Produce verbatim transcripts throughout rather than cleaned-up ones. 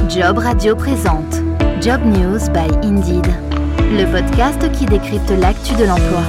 Job Radio présente Job News by Indeed, le podcast qui décrypte l'actu de l'emploi.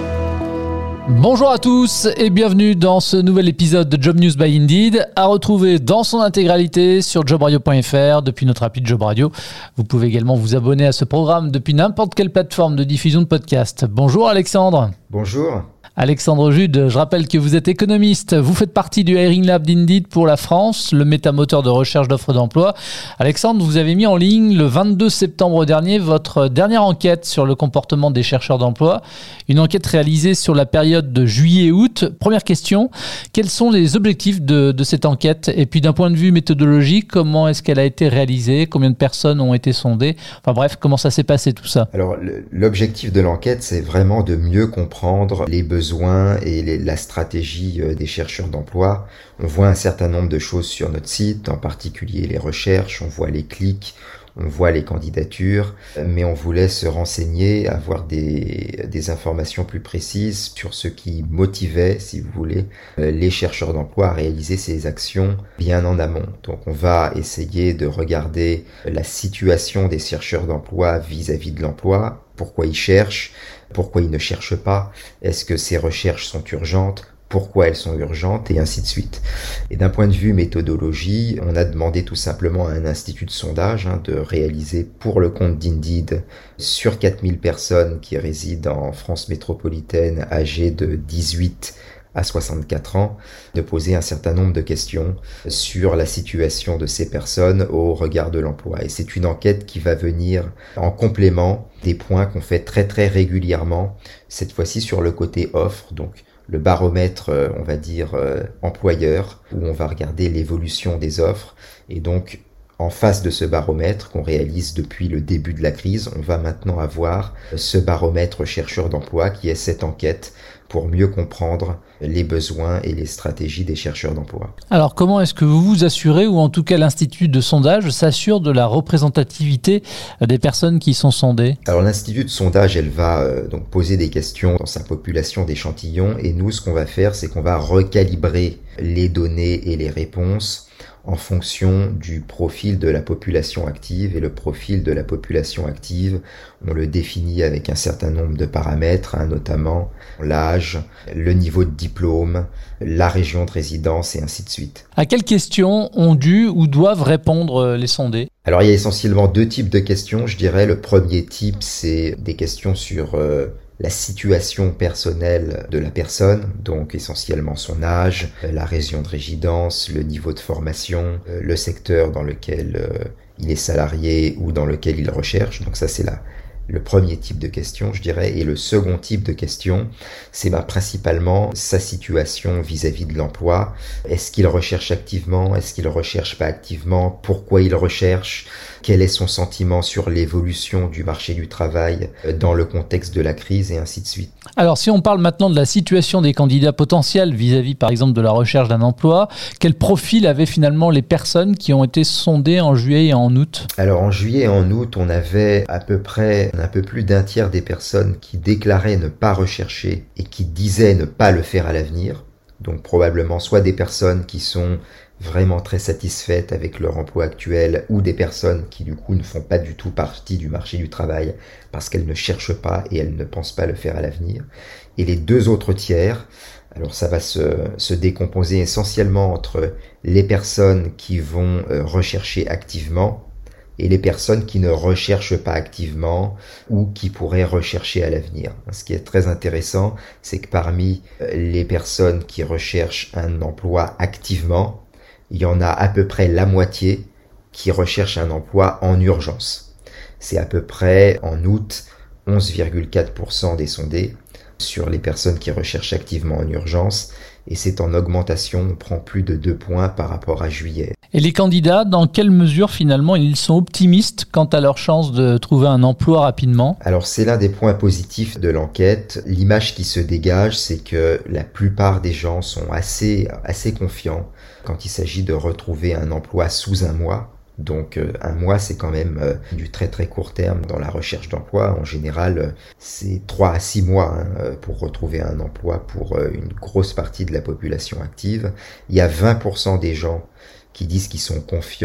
Bonjour à tous et bienvenue dans ce nouvel épisode de Job News by Indeed, à retrouver dans son intégralité sur job radio point f r depuis notre appli Job Radio. Vous pouvez également vous abonner à ce programme depuis n'importe quelle plateforme de diffusion de podcast. Bonjour Alexandre. Bonjour. Alexandre Jude, je rappelle que vous êtes économiste. Vous faites partie du Hiring Lab d'Indeed pour la France, le métamoteur de recherche d'offres d'emploi. Alexandre, vous avez mis en ligne le vingt-deux septembre dernier votre dernière enquête sur le comportement des chercheurs d'emploi. Une enquête réalisée sur la période de juillet-août. Première question, quels sont les objectifs de, de cette enquête? Et puis d'un point de vue méthodologique, comment est-ce qu'elle a été réalisée? Combien de personnes ont été sondées? Enfin bref, comment ça s'est passé tout ça? Alors l'objectif de l'enquête, c'est vraiment de mieux comprendre les besoins et les, la stratégie des chercheurs d'emploi. On voit un certain nombre de choses sur notre site, en particulier les recherches, on voit les clics, on voit les candidatures, mais on voulait se renseigner, avoir des, des informations plus précises sur ce qui motivait, si vous voulez, les chercheurs d'emploi à réaliser ces actions bien en amont. Donc on va essayer de regarder la situation des chercheurs d'emploi vis-à-vis de l'emploi, pourquoi ils cherchent, pourquoi ils ne cherchent pas, est-ce que ces recherches sont urgentes, pourquoi elles sont urgentes, et ainsi de suite. Et d'un point de vue méthodologie, on a demandé tout simplement à un institut de sondage hein, de réaliser pour le compte d'Indeed sur quatre mille personnes qui résident en France métropolitaine âgées de dix-huit à soixante-quatre ans, de poser un certain nombre de questions sur la situation de ces personnes au regard de l'emploi. Et c'est une enquête qui va venir en complément des points qu'on fait très très régulièrement, cette fois-ci sur le côté offre, donc le baromètre, on va dire, euh, employeur, où on va regarder l'évolution des offres. Et donc, en face de ce baromètre qu'on réalise depuis le début de la crise, on va maintenant avoir ce baromètre chercheur d'emploi qui est cette enquête pour mieux comprendre les besoins et les stratégies des chercheurs d'emploi. Alors comment est-ce que vous vous assurez, ou en tout cas l'institut de sondage s'assure de la représentativité des personnes qui sont sondées? Alors l'institut de sondage, elle va euh, donc poser des questions dans sa population d'échantillons, et nous ce qu'on va faire, c'est qu'on va recalibrer les données et les réponses en fonction du profil de la population active. Et le profil de la population active, on le définit avec un certain nombre de paramètres, hein, notamment l'âge, le niveau de diplôme, la région de résidence et ainsi de suite. À quelles questions ont dû ou doivent répondre les sondés? Alors il y a essentiellement deux types de questions, je dirais. Le premier type, c'est des questions sur euh, la situation personnelle de la personne, donc essentiellement son âge, la région de résidence, le niveau de formation, le secteur dans lequel euh, il est salarié ou dans lequel il recherche. Donc ça c'est la le premier type de question, je dirais. Et le second type de question, c'est bah, principalement sa situation vis-à-vis de l'emploi. Est-ce qu'il recherche activement? Est-ce qu'il recherche pas activement? Pourquoi il recherche? Quel est son sentiment sur l'évolution du marché du travail dans le contexte de la crise, et ainsi de suite. Alors, si on parle maintenant de la situation des candidats potentiels vis-à-vis, par exemple, de la recherche d'un emploi, quel profil avaient finalement les personnes qui ont été sondées en juillet et en août? Alors, en juillet et en août, on avait à peu près un peu plus d'un tiers des personnes qui déclaraient ne pas rechercher et qui disaient ne pas le faire à l'avenir. Donc, probablement soit des personnes qui sont vraiment très satisfaites avec leur emploi actuel, ou des personnes qui du coup ne font pas du tout partie du marché du travail parce qu'elles ne cherchent pas et elles ne pensent pas le faire à l'avenir. Et les deux autres tiers, alors ça va se, se décomposer essentiellement entre les personnes qui vont euh, rechercher activement et les personnes qui ne recherchent pas activement ou qui pourraient rechercher à l'avenir. Ce qui est très intéressant, c'est que parmi les personnes qui recherchent un emploi activement, il y en a à peu près la moitié qui recherchent un emploi en urgence. C'est à peu près, en août, onze virgule quatre pour cent des sondés sur les personnes qui recherchent activement en urgence, et c'est en augmentation, on prend plus de deux points par rapport à juillet. Et les candidats, dans quelle mesure finalement ils sont optimistes quant à leur chance de trouver un emploi rapidement? Alors c'est l'un des points positifs de l'enquête. L'image qui se dégage, c'est que la plupart des gens sont assez, assez confiants quand il s'agit de retrouver un emploi sous un mois. Donc euh, un mois, c'est quand même euh, du très très court terme dans la recherche d'emploi. En général, euh, c'est trois à six mois hein, euh, pour retrouver un emploi pour euh, une grosse partie de la population active. Il y a vingt pour cent des gens qui disent qu'ils sont confiants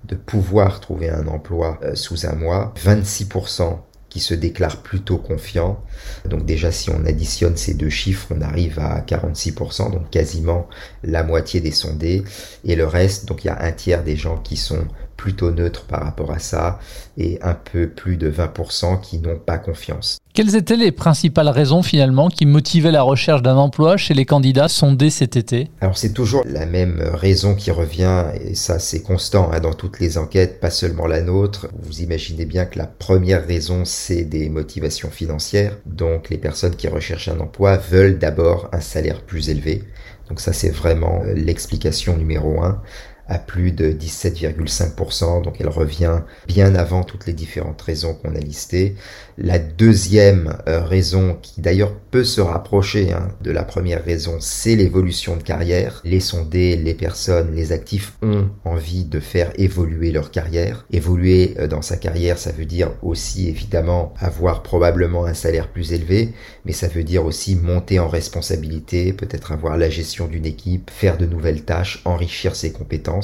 de pouvoir trouver un emploi euh, sous un mois, vingt-six pour cent qui se déclarent plutôt confiants. Donc déjà, si on additionne ces deux chiffres, on arrive à quarante-six pour cent, donc quasiment la moitié des sondés. Et le reste, donc il y a un tiers des gens qui sont plutôt neutres par rapport à ça et un peu plus de vingt pour cent qui n'ont pas confiance. Quelles étaient les principales raisons finalement qui motivaient la recherche d'un emploi chez les candidats sondés cet été ? Alors c'est toujours la même raison qui revient et ça c'est constant hein, dans toutes les enquêtes, pas seulement la nôtre. Vous imaginez bien que la première raison c'est des motivations financières. Donc les personnes qui recherchent un emploi veulent d'abord un salaire plus élevé. Donc ça c'est vraiment l'explication numéro un. À plus de dix-sept virgule cinq pour cent, donc elle revient bien avant toutes les différentes raisons qu'on a listées. La deuxième euh, raison, qui d'ailleurs peut se rapprocher hein, de la première raison, c'est l'évolution de carrière. Les sondés, les personnes, les actifs ont envie de faire évoluer leur carrière. Évoluer euh, dans sa carrière, ça veut dire aussi évidemment avoir probablement un salaire plus élevé, mais ça veut dire aussi monter en responsabilité, peut-être avoir la gestion d'une équipe, faire de nouvelles tâches, enrichir ses compétences.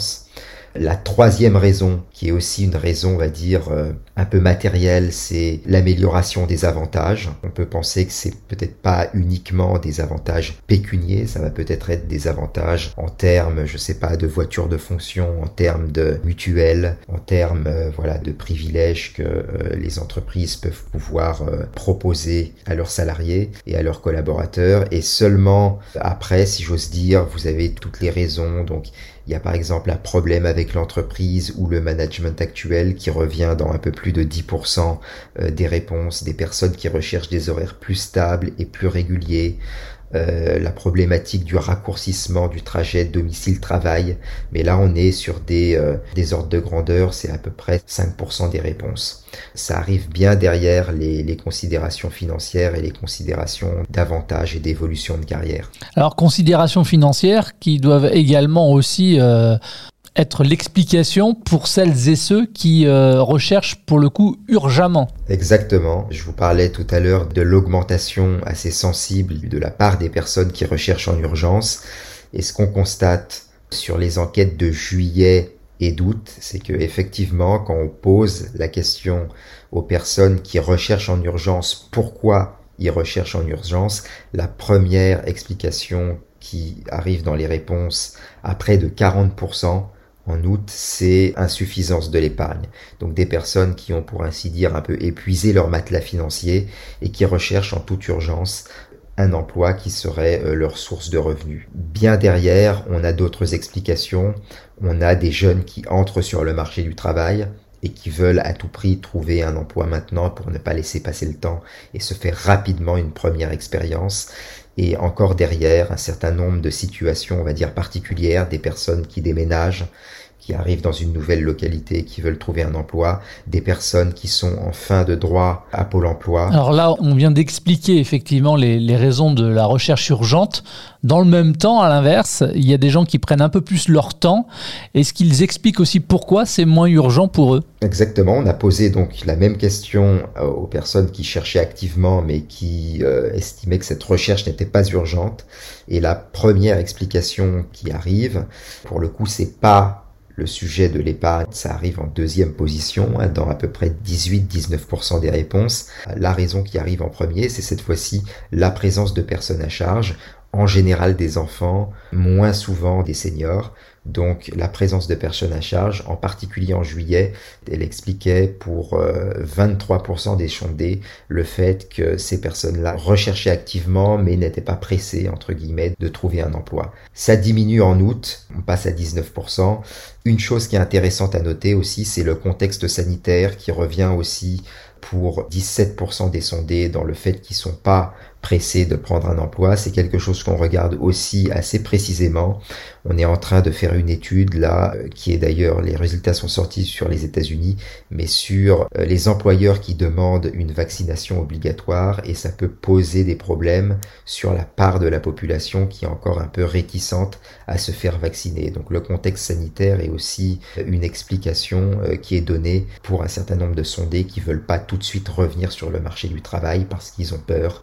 La troisième raison, qui est aussi une raison, on va dire, euh, un peu matérielle, c'est l'amélioration des avantages. On peut penser que c'est peut-être pas uniquement des avantages pécuniaires, ça va peut-être être des avantages en termes, je sais pas, de voitures de fonction, en termes de mutuelles, en termes, euh, voilà, de privilèges que euh, les entreprises peuvent pouvoir euh, proposer à leurs salariés et à leurs collaborateurs. Et seulement après, si j'ose dire, vous avez toutes les raisons, donc il y a par exemple un problème avec l'entreprise ou le management actuel qui revient dans un peu plus de dix pour cent des réponses, des personnes qui recherchent des horaires plus stables et plus réguliers. Euh, la problématique du raccourcissement du trajet domicile-travail, mais là on est sur des, euh, des ordres de grandeur, c'est à peu près cinq pour cent des réponses. Ça arrive bien derrière les, les considérations financières et les considérations d'avantages et d'évolution de carrière. Alors considérations financières qui doivent également aussi euh, être l'explication pour celles et ceux qui euh, recherchent pour le coup urgemment. Exactement. Je vous parlais tout à l'heure de l'augmentation assez sensible de la part des personnes qui recherchent en urgence. Et ce qu'on constate sur les enquêtes de juillet et d'août, c'est que effectivement, quand on pose la question aux personnes qui recherchent en urgence pourquoi ils recherchent en urgence, la première explication qui arrive dans les réponses à près de quarante pour cent en août, c'est insuffisance de l'épargne. Donc des personnes qui ont pour ainsi dire un peu épuisé leur matelas financier et qui recherchent en toute urgence un emploi qui serait leur source de revenus. Bien derrière, on a d'autres explications. On a des jeunes qui entrent sur le marché du travail et qui veulent à tout prix trouver un emploi maintenant pour ne pas laisser passer le temps et se faire rapidement une première expérience. Et encore derrière, un certain nombre de situations, on va dire particulières, des personnes qui déménagent, qui arrivent dans une nouvelle localité, qui veulent trouver un emploi, des personnes qui sont en fin de droit à Pôle emploi. Alors là, on vient d'expliquer effectivement les, les raisons de la recherche urgente. Dans le même temps, à l'inverse, il y a des gens qui prennent un peu plus leur temps. Est-ce qu'ils expliquent aussi pourquoi c'est moins urgent pour eux ? Exactement. On a posé donc la même question aux personnes qui cherchaient activement, mais qui euh, estimaient que cette recherche n'était pas urgente. Et la première explication qui arrive, pour le coup, c'est pas le sujet de l'épargne, ça arrive en deuxième position, hein, dans à peu près dix-huit à dix-neuf pour cent des réponses. La raison qui arrive en premier, c'est cette fois-ci la présence de personnes à charge, en général des enfants, moins souvent des seniors. Donc la présence de personnes à charge, en particulier en juillet, elle expliquait pour euh, vingt-trois pour cent des sondés le fait que ces personnes-là recherchaient activement mais n'étaient pas pressées, entre guillemets, de trouver un emploi. Ça diminue en août, on passe à dix-neuf pour cent. Une chose qui est intéressante à noter aussi, c'est le contexte sanitaire qui revient aussi pour dix-sept pour cent des sondés dans le fait qu'ils sont pas pressés de prendre un emploi. C'est quelque chose qu'on regarde aussi assez précisément. On est en train de faire une étude là, qui est d'ailleurs, les résultats sont sortis sur les États-Unis, mais sur les employeurs qui demandent une vaccination obligatoire, et ça peut poser des problèmes sur la part de la population qui est encore un peu réticente à se faire vacciner. Donc le contexte sanitaire est aussi une explication qui est donnée pour un certain nombre de sondés qui veulent pas tout de suite revenir sur le marché du travail parce qu'ils ont peur, peur de la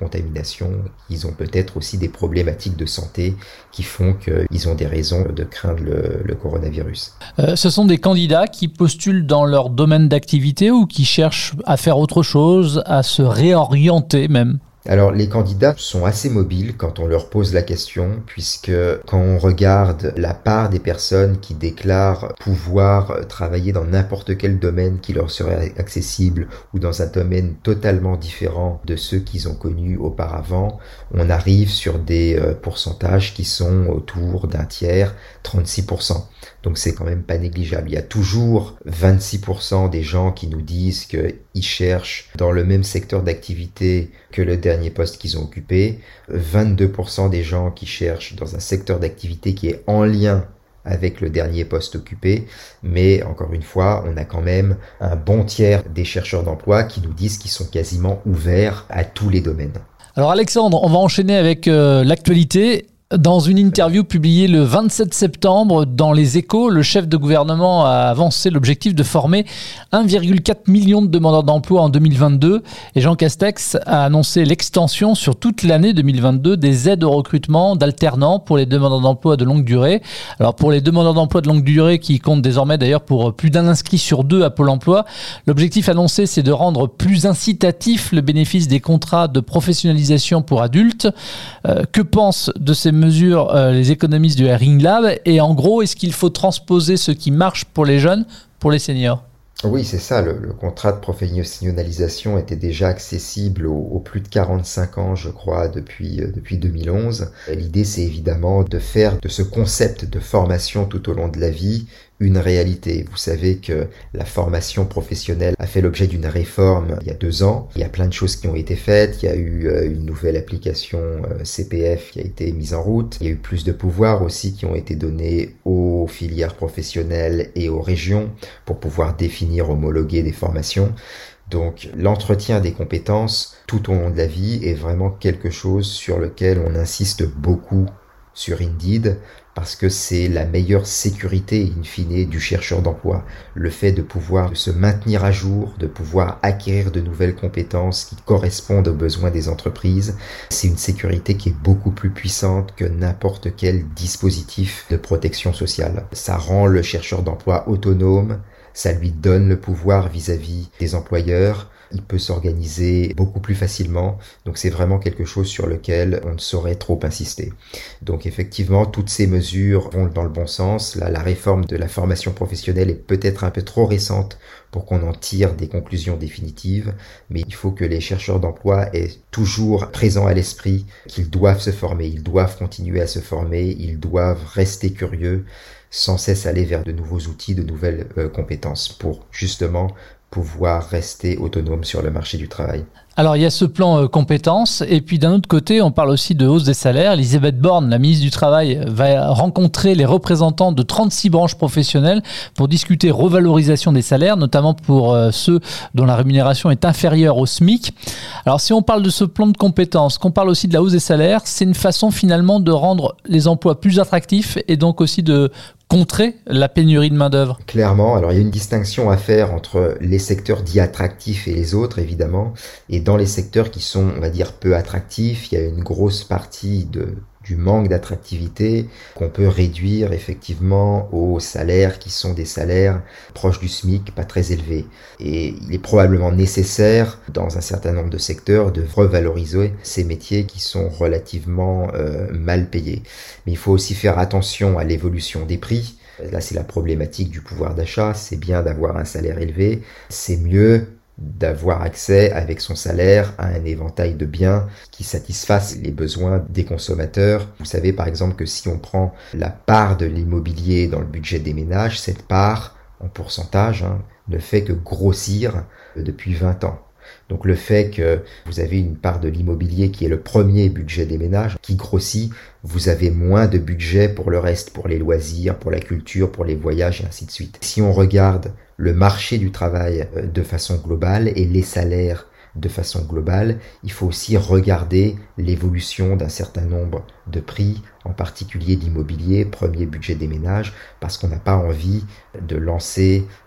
contamination. Ils ont peut-être aussi des problématiques de santé qui font qu'ils ont des raisons de craindre le, le coronavirus. Euh, ce sont des candidats qui postulent dans leur domaine d'activité ou qui cherchent à faire autre chose, à se réorienter même ? Alors les candidats sont assez mobiles quand on leur pose la question, puisque quand on regarde la part des personnes qui déclarent pouvoir travailler dans n'importe quel domaine qui leur serait accessible ou dans un domaine totalement différent de ceux qu'ils ont connus auparavant, on arrive sur des pourcentages qui sont autour d'un tiers, trente-six pour cent. Donc c'est quand même pas négligeable. Il y a toujours vingt-six pour cent des gens qui nous disent qu'ils cherchent dans le même secteur d'activité que le dernier poste qu'ils ont occupé, vingt-deux pour cent des gens qui cherchent dans un secteur d'activité qui est en lien avec le dernier poste occupé, mais encore une fois, on a quand même un bon tiers des chercheurs d'emploi qui nous disent qu'ils sont quasiment ouverts à tous les domaines. Alors Alexandre, on va enchaîner avec euh, l'actualité. Dans une interview publiée le vingt-sept septembre dans Les Échos, le chef de gouvernement a avancé l'objectif de former un virgule quatre million de demandeurs d'emploi en deux mille vingt-deux et Jean Castex a annoncé l'extension sur toute l'année deux mille vingt-deux des aides au recrutement d'alternants pour les demandeurs d'emploi de longue durée. Alors pour les demandeurs d'emploi de longue durée qui comptent désormais d'ailleurs pour plus d'un inscrit sur deux à Pôle emploi, l'objectif annoncé c'est de rendre plus incitatif le bénéfice des contrats de professionnalisation pour adultes. Euh, que pensent de ces mesures euh, les économistes du Hiring Lab et en gros, est-ce qu'il faut transposer ce qui marche pour les jeunes pour les seniors ? Oui, c'est ça. Le, le contrat de professionnalisation était déjà accessible aux, aux plus de quarante-cinq ans, je crois, depuis, euh, depuis deux mille onze. L'idée, c'est évidemment de faire de ce concept de formation tout au long de la vie une réalité. Vous savez que la formation professionnelle a fait l'objet d'une réforme il y a deux ans. Il y a plein de choses qui ont été faites. Il y a eu une nouvelle application C P F qui a été mise en route. Il y a eu plus de pouvoirs aussi qui ont été donnés aux filières professionnelles et aux régions pour pouvoir définir, homologuer des formations. Donc l'entretien des compétences tout au long de la vie est vraiment quelque chose sur lequel on insiste beaucoup sur Indeed, parce que c'est la meilleure sécurité, in fine, du chercheur d'emploi. Le fait de pouvoir se maintenir à jour, de pouvoir acquérir de nouvelles compétences qui correspondent aux besoins des entreprises, c'est une sécurité qui est beaucoup plus puissante que n'importe quel dispositif de protection sociale. Ça rend le chercheur d'emploi autonome, ça lui donne le pouvoir vis-à-vis des employeurs, il peut s'organiser beaucoup plus facilement. Donc c'est vraiment quelque chose sur lequel on ne saurait trop insister. Donc effectivement, toutes ces mesures vont dans le bon sens. Là, la réforme de la formation professionnelle est peut-être un peu trop récente pour qu'on en tire des conclusions définitives, mais il faut que les chercheurs d'emploi aient toujours présent à l'esprit qu'ils doivent se former, ils doivent continuer à se former, ils doivent rester curieux, sans cesse aller vers de nouveaux outils, de nouvelles euh, compétences pour justement pouvoir rester autonome sur le marché du travail. Alors, il y a ce plan euh, compétences et puis d'un autre côté, on parle aussi de hausse des salaires. Elisabeth Borne, la ministre du Travail, va rencontrer les représentants de trente-six branches professionnelles pour discuter revalorisation des salaires, notamment pour euh, ceux dont la rémunération est inférieure au SMIC. Alors, si on parle de ce plan de compétences, qu'on parle aussi de la hausse des salaires, c'est une façon finalement de rendre les emplois plus attractifs et donc aussi de contrer la pénurie de main-d'œuvre. Clairement, alors il y a une distinction à faire entre les secteurs dits attractifs et les autres, évidemment. Et dans les secteurs qui sont, on va dire, peu attractifs, il y a une grosse partie de du manque d'attractivité qu'on peut réduire effectivement aux salaires qui sont des salaires proches du SMIC, pas très élevés. Et il est probablement nécessaire, dans un certain nombre de secteurs, de revaloriser ces métiers qui sont relativement euh, mal payés. Mais il faut aussi faire attention à l'évolution des prix. Là, c'est la problématique du pouvoir d'achat. C'est bien d'avoir un salaire élevé, c'est mieux d'avoir accès avec son salaire à un éventail de biens qui satisfassent les besoins des consommateurs. Vous savez par exemple que si on prend la part de l'immobilier dans le budget des ménages, cette part en pourcentage hein, ne fait que grossir depuis vingt ans. Donc le fait que vous avez une part de l'immobilier qui est le premier budget des ménages, qui grossit, vous avez moins de budget pour le reste, pour les loisirs, pour la culture, pour les voyages et ainsi de suite. Si on regarde le marché du travail de façon globale et les salaires de façon globale, il faut aussi regarder l'évolution d'un certain nombre de prix, en particulier d'immobilier, premier budget des ménages, parce qu'on n'a pas envie de lancer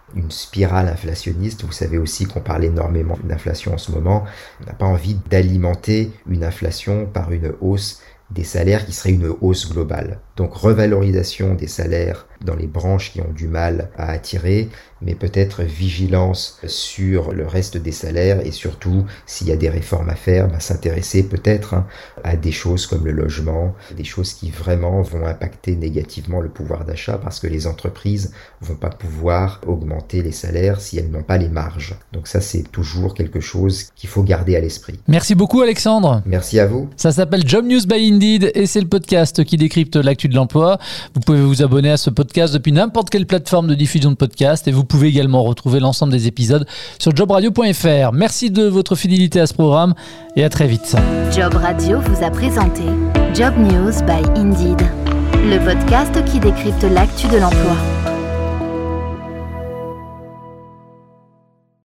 une spirale inflationniste. Vous savez aussi qu'on parle énormément d'inflation en ce moment. On n'a pas envie d'alimenter une inflation par une hausse des salaires qui serait une hausse globale. Donc revalorisation des salaires dans les branches qui ont du mal à attirer, mais peut-être vigilance sur le reste des salaires et surtout, s'il y a des réformes à faire, bah, s'intéresser peut-être hein, à des choses comme le logement, des choses qui vraiment vont impacter négativement le pouvoir d'achat parce que les entreprises vont pas pouvoir augmenter les salaires si elles n'ont pas les marges. Donc ça, c'est toujours quelque chose qu'il faut garder à l'esprit. Merci beaucoup Alexandre. Merci à vous. Ça s'appelle Job News by Indeed et c'est le podcast qui décrypte l'actu de l'emploi. Vous pouvez vous abonner à ce podcast depuis n'importe quelle plateforme de diffusion de podcast et vous pouvez également retrouver l'ensemble des épisodes sur job radio point f r. Merci de votre fidélité à ce programme et à très vite. Job Radio vous a présenté Job News by Indeed, le podcast qui décrypte l'actu de l'emploi.